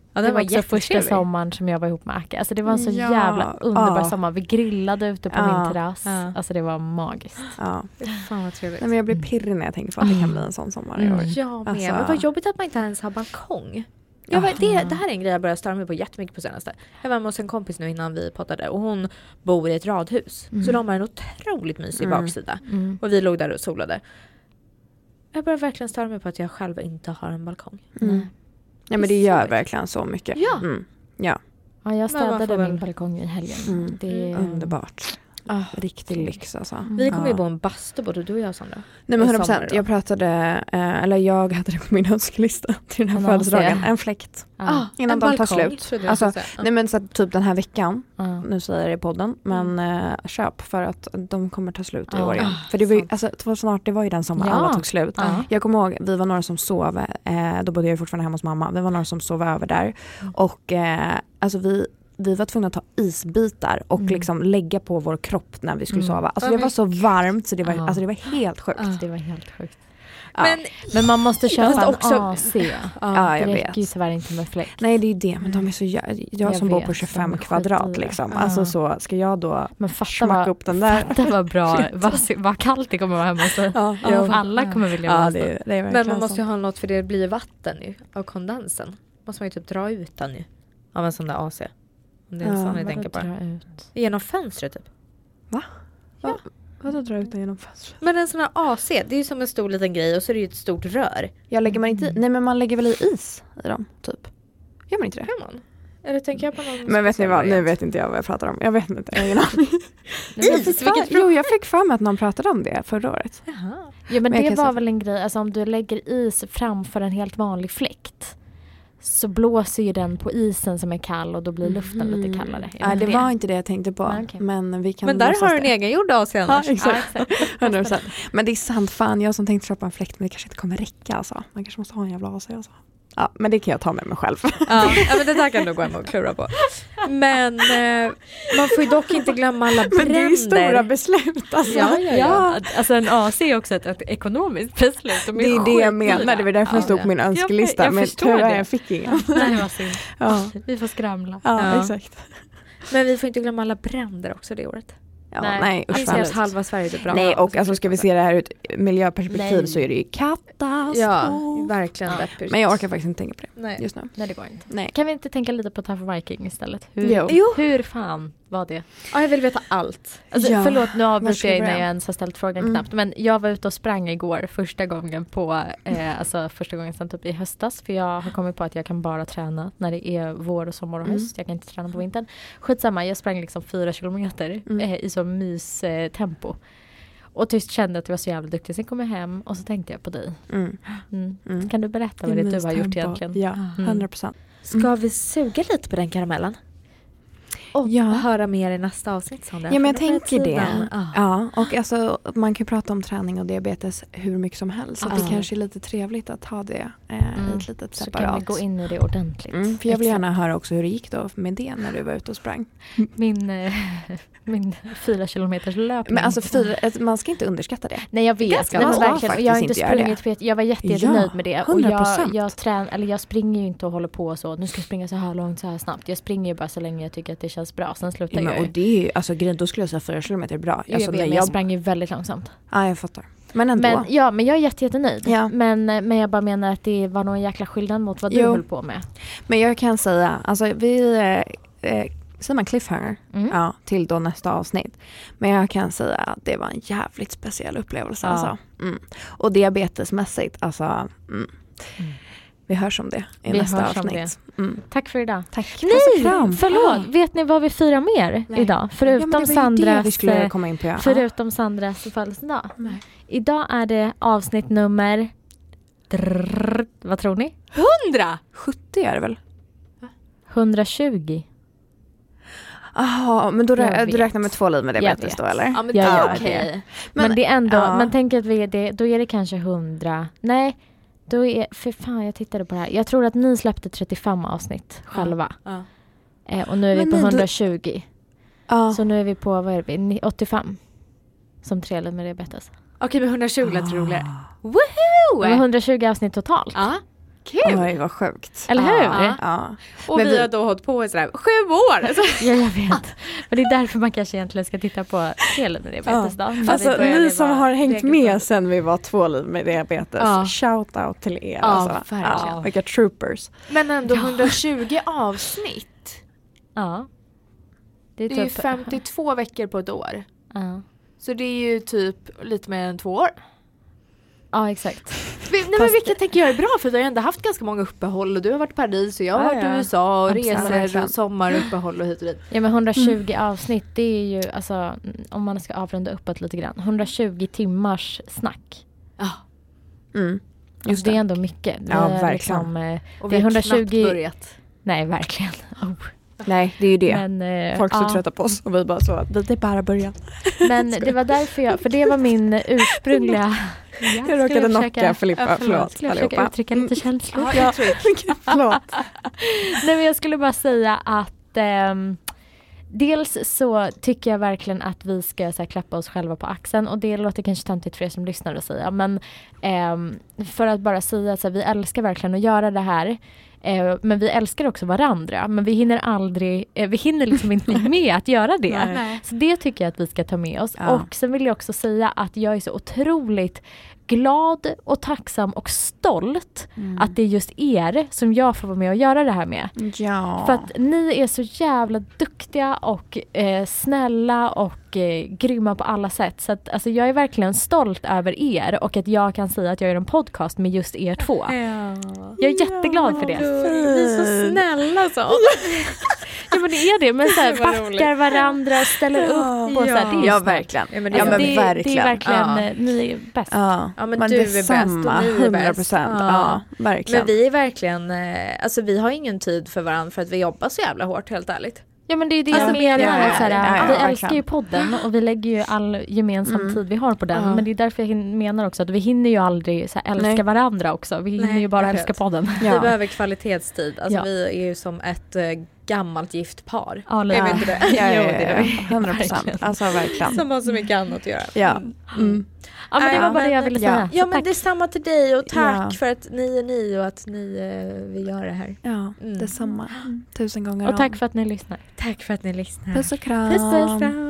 Ja, det var också jättetrevlig. första sommaren som jag var ihop med Aka. Alltså det var en så Ja. jävla underbar Ja. sommar. Vi grillade ute på Ja. min terrass. Ja. Alltså det var magiskt. Ja. Fan vad trevligt. Nej, men jag blir pirrig när jag tänker på att det kan bli en sån sommar i Mm. år. Jag med. Alltså- Men vad jobbigt att man inte ens har balkong. Jag var, det, det här är en grej jag började störa mig på jättemycket på senaste. Jag var med hos en kompis nu innan vi poddade och hon bor i ett radhus. Mm. Så de har en otroligt mysig Mm. baksida. Mm. Och vi låg där och solade. Jag börjar verkligen störa mig på att jag själv inte har en balkong. Mm. Ja, men det gör verkligen så mycket. Ja. Mm. Ja, Ja, jag Men man städade får min väl- balkong i helgen. Mm. Det är underbart. Ah. Riktig lyx alltså. Vi kommer ju Ja. bo en bastu både du och jag, Sandra. Nej men i hundra sommar procent. då. Jag pratade, eh, eller jag hade det på min önskelista till den här En födelsedagen. A C. En fläkt. Ja. Innan en de tar balkong, slut. trodde jag Alltså, skulle säga. Nej men så att typ den här veckan, Ja. nu säger jag det i podden, men eh, köp för att de kommer ta slut i Ja. år igen. Ah, För det var ju, sant. alltså det var snart, det var ju den sommar Ja. alla tog slut. Ja. Jag kommer ihåg, vi var några som sov, eh, då bodde jag fortfarande hemma hos mamma, vi var några som sov över där. Mm. Och eh, alltså vi vi var tvungna att ta isbitar och Mm. liksom lägga på vår kropp när vi skulle Mm. sova. Alltså Ja, det men- var så varmt så det var, Ja. alltså det var helt sjukt. Ja. Det var helt sjukt. Ja. Men Men man måste köpa Fast en också- A C. Ja, jag det vet. räcker ju tyvärr inte med fläkt. Nej det är ju det, men de är så jä- jag, Jag som bor vet, på de tjugofem är kvadrat skitdyra. liksom. Ja. Alltså så ska jag då Men fatta smacka vad, upp den där. fatta vad bra, vad, vad kallt det kommer vara hemma hos dig. Ja, Ja, jo. alla kommer vilja vara Ja, hos det, dig. är- det är Men verkligen man måste ju så. ha något för det blir vatten ju av kondensen. Måste man ju typ dra ut den ju. Av en sån där A C. Om det är en Ja, sån ni Vadå tänker på. dra ut? Genom fönstret typ. Vadå dra ut den genom fönstret? Men en sån här A C, det är ju som en stor liten grej och så är det ju ett stort rör. Jag lägger man inte i, nej men man lägger väl i is i dem typ. Gör man inte det? Kan man? Eller tänker jag på någon Men vet ni speciell vad, nu variant? vet inte jag vad jag pratar om. Jag vet inte, jag har ingen aning. Nej, men- Jag fick för, jo jag fick för mig att någon pratade om det förra året. Jaha. Ja men Men jag det kan var säga- väl en grej, alltså om du lägger is framför en helt vanlig fläkt så blåser ju den på isen som är kall och då blir luften lite kallare. Är Nej det det? var inte det jag tänkte på. Nej, okej. Men vi kan Men där låtsas har du en det. egengjord A C Ja, annars. exakt. hundra procent. Men det är sant, fan jag som tänkte köpa en fläkt men det kanske inte kommer räcka alltså. Man kanske måste ha en jävla A C alltså. Ja men det kan jag ta med mig själv. Ja, ja men det där kan du gå hem och klura på. Men eh, man får ju dock inte glömma alla bränder. Men det är ju stora beslut alltså. Ja, ja, ja. Alltså en A C är också ett, ett ekonomiskt beslut. De Det är det jag menar, det var därför jag Ja, stod ja. på min önskelista. Jag- jag men förstår tyvärr det. jag fick ingen. Nej vad synd. Ja, Vi får skramla. ja, Ja. exakt. Men vi får inte glömma alla bränder också det året. Ja, Nej. nej, usch, Jag vad ser att hemskt. halva Sverige är bra. Nej och alltså ska vi se det här ur ett miljöperspektiv Nej. så är det ju katastrof. Ja, verkligen Ja. deppigt. Men jag orkar faktiskt inte tänka på det Nej. just nu. Nej det går inte. Nej. Kan vi inte tänka lite på Tough Viking istället? Hur, Jo. Jo. hur fan var det? Ja, jag vill veta allt. Alltså, Ja, förlåt nu var avbryter ska jag vi när börja? jag ens har ställt frågan Mm. knappt. Men jag var ute och sprang igår första gången på, eh, alltså första gången sedan typ i höstas. För jag har kommit på att jag kan bara träna när det är vår och sommar och Mm. höst. Jag kan inte träna på vintern. Skitsamma, jag sprang liksom fyra kilometer Mm. eh, i så mys eh, tempo. Och tyst kände att jag var så jävla duktig. Sen kom jag hem och så tänkte jag på dig. Mm. Mm. Mm. Kan du berätta vad det är du har gjort egentligen? Ja, Mm. hundra procent. Ska vi suga lite på den karamellen? Och Ja. höra mer i nästa avsnitt, Sandra. Ja men jag För då är tänker det. tiden- Ja. Ja, och alltså man kan ju prata om träning och diabetes hur mycket som helst. Så att Ja. det kanske är lite trevligt att ha det eh, Mm. i ett litet Så kan separat. vi gå in i det ordentligt. Mm, för jag vill Exakt. gärna höra också hur det gick då med det när du var ute och sprang. Min, eh, min fyra kilometers löpning. Men alltså fyra, ett- man ska inte underskatta det. Nej jag vet, Ganska nej, men bra verkligen. faktiskt Jag har inte inte göra sprungit det. för jag, jag var jätte, jätte Ja, nöjd med det. Och hundra jag, procent. jag, trän, eller jag springer ju inte och håller på så, nu ska jag springa så här långt, så här snabbt. Jag springer ju bara så länge jag tycker att det känns bra, sen slutar Ja, jag men, ju. och det är ju, alltså grejen, då skulle jag säga fyra kilometer är bra. Jag, Alltså, vet, när men jag jag, sprang ju väldigt långsamt. ja, jag fattar. Men ändå. Men, ja, men jag är jätte, jättenöjd. Ja. Men, men jag bara menar att det var någon jäkla skillnad mot vad du Jo. höll på med. Men jag kan säga, alltså vi, eh, eh, säger man cliffhanger? Mm. Ja, till då nästa avsnitt. Men jag kan säga att det var en jävligt speciell upplevelse. Ja. Alltså. Mm. Och diabetesmässigt, alltså, mm. Mm. vi hörs om det i Vi nästa hörs om avsnitt. Mm. Tack för idag. Tack. Puss och Nej, kram. förlåt. Ah. Vet ni vad vi firar mer Nej. idag? Ja, Förutom men det var ju det Sandras... vi skulle eh, komma in på. Ja. Förutom Sandras födelsedag. Nej. Idag är det avsnitt nummer... Drrrr, vad tror ni? Hundra! sjuttio är det väl? hundratjugo. Jaha, men då Jag rä- du vet. räknar med två liv med Jag diabetes vet. då eller? Ja, men Jag det gör är okej. Men, Men- det är ändå... ja. Men tänk att vi är det, då är det kanske hundra... Nej, då är... För fan, jag tittade på det här. Jag tror att ni släppte trettiofem avsnitt själva. Ja. Eh, och nu är vi Men på ni, du- hundratjugo. Ja. Så nu är vi på, vad är vi? Ni- åttiofem. Som tre liv med diabetes. Okej, men hundratjugo lät roligare. Det var Woho! hundratjugo avsnitt totalt. Ja. Kul! Oj, vad sjukt. Eller hur? Ja. Ja. Och Men vi, vi- har då hållit på i sådär sju år. Så. Ja, jag vet. Men det är därför man kanske egentligen ska titta på tre liv med diabetes Ja. då. vi Alltså började ni som vara har hängt regelbundna. med sen vi var två liv med diabetes, Ja. shout out till er. Ja, alltså. verkligen. Ja, vilka troopers. Men ändå hundratjugo avsnitt. Ja. Det är, Det är ju typ... femtiotvå veckor på ett år. Ja. Så det är ju typ lite mer än två år. Ja, exakt. Vi, nej, men vilket tänker jag är bra, för vi har ju ändå haft ganska många uppehåll och du har varit i Paris och jag har Ja, varit i ja. U S A och Absolut. resor Verkligen. och sommaruppehåll och hit och dit. Ja, men hundratjugo avsnitt, det är ju alltså, om man ska avrunda uppåt lite grann, hundratjugo timmars snack. Ja, Mm. Alltså, det är ändå mycket. Det Ja, är verkligen. Liksom, eh, och det vi är har hundratjugo knappt börjat. Nej, verkligen. Oh. Nej, det är ju det. Men, eh, Folk är så ja. trötta på oss och vi bara så, det är bara början. Men det var därför jag, för det var min ursprungliga... Jag råkade knocka Filippa, ja, förlåt. Skulle jag försöka allihopa. uttrycka lite känslor? Ja, förlåt. Nej, men jag skulle bara säga att ehm, dels så tycker jag verkligen att vi ska så här, klappa oss själva på axeln, och det låter kanske töntigt för er som lyssnar att säga, men ehm, för att bara säga att så här, vi älskar verkligen att göra det här. Eh, men vi älskar också varandra, men vi hinner aldrig, eh, vi hinner liksom inte med att göra det. Nej. Så det tycker jag att vi ska ta med oss. Ja. Och sen vill jag också säga att jag är så otroligt glad och tacksam och stolt att det är just er som jag får vara med och göra det här med. Ja. För att ni är så jävla duktiga och eh, snälla och eh, grymma på alla sätt. Så att, alltså, jag är verkligen stolt över er, och att jag kan säga att jag gör en podcast med just er två. Ja. Jag är jätteglad för det. Vi är så snälla så. Ja, men det är det. Men så här, Det var roligt. backar varandra och ställer upp. Och så här, det är Ja, just det. verkligen. Ja, men det- Ja, Alltså, men det, verkligen. det är verkligen, Ja. eh, ni är bäst. Ja, Ja, men du är bäst och detsamma, ni är hundra bäst. procent. Ja. Ja, verkligen. Men vi är verkligen, eh, alltså vi har ingen tid för varandra för att vi jobbar så jävla hårt, helt ärligt. Ja, men det är det Alltså, jag menar. ja, ja, att så här, ja, ja, vi verkligen. älskar ju podden och vi lägger ju all gemensam Mm. tid vi har på den. Ja. Men det är därför jag menar också att vi hinner ju aldrig så här, älska Nej. varandra också. Vi hinner Nej, ju bara jag vet. älska podden. Vi Ja. behöver kvalitetstid. Alltså Ja. vi är ju som ett eh, gammalt gift par. Ja, lite. Jag vet inte det. Ja, ja, Jo, ja, det är ja. vi. hundra procent. Verkligen. Alltså verkligen. Som har så mycket annat att göra. Ja. Mm. Ja, men det Ja, var bara det jag men- ville ja. säga. Ja, Så men tack. det är samma till dig, och tack Ja. för att ni är ni och att ni eh, vill göra det här. Ja, Mm. detsamma. Tusen gånger Och om. tack för att ni lyssnar. Tack för att ni lyssnar. Puss och kram. Puss, puss, kram.